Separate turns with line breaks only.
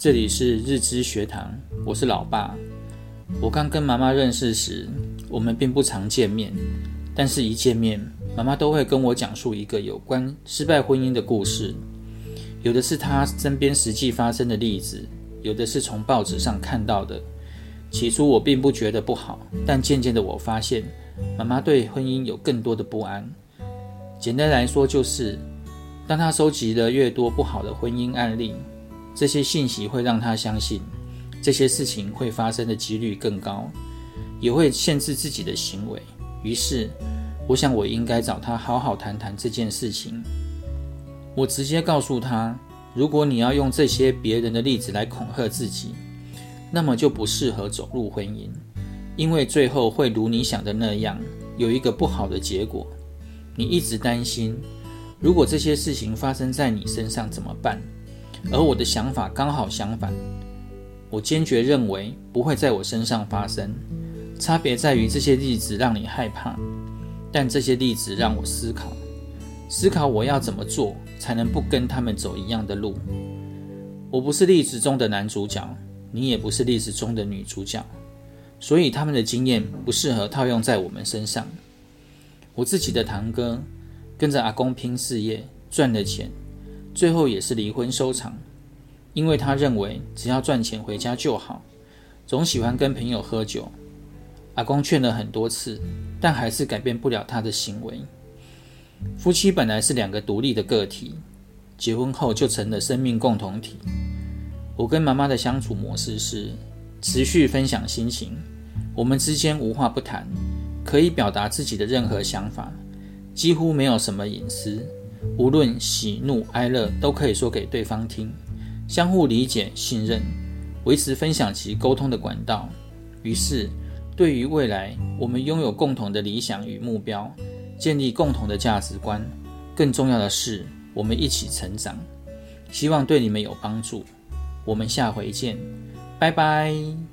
这里是日知学堂，我是老爸。我刚跟妈妈认识时，我们并不常见面，但是一见面，妈妈都会跟我讲述一个有关失败婚姻的故事。有的是她身边实际发生的例子，有的是从报纸上看到的。起初我并不觉得不好，但渐渐的我发现，妈妈对婚姻有更多的不安。简单来说就是，当她收集了越多不好的婚姻案例，这些信息会让她相信，这些事情会发生的几率更高，也会限制自己的行为。于是，我想我应该找她好好谈谈这件事情。我直接告诉她，如果你要用这些别人的例子来恐吓自己，那么就不适合走入婚姻，因为最后会如你想的那样，有一个不好的结果。你一直担心，如果这些事情发生在你身上怎么办？而我的想法刚好相反，我坚决认为不会在我身上发生。差别在于这些例子让你害怕，但这些例子让我思考我要怎么做才能不跟他们走一样的路。我不是历史中的男主角，你也不是历史中的女主角，所以他们的经验不适合套用在我们身上。我自己的堂哥跟着阿公拼事业，赚了钱，最后也是离婚收场，因为他认为只要赚钱回家就好，总喜欢跟朋友喝酒。阿公劝了很多次，但还是改变不了他的行为。夫妻本来是两个独立的个体，结婚后就成了生命共同体。我跟妈妈的相处模式是持续分享心情，我们之间无话不谈，可以表达自己的任何想法，几乎没有什么隐私，无论喜怒哀乐都可以说给对方听，相互理解信任，维持分享及沟通的管道。于是对于未来，我们拥有共同的理想与目标，建立共同的价值观，更重要的是我们一起成长。希望对你们有帮助，我们下回见，拜拜。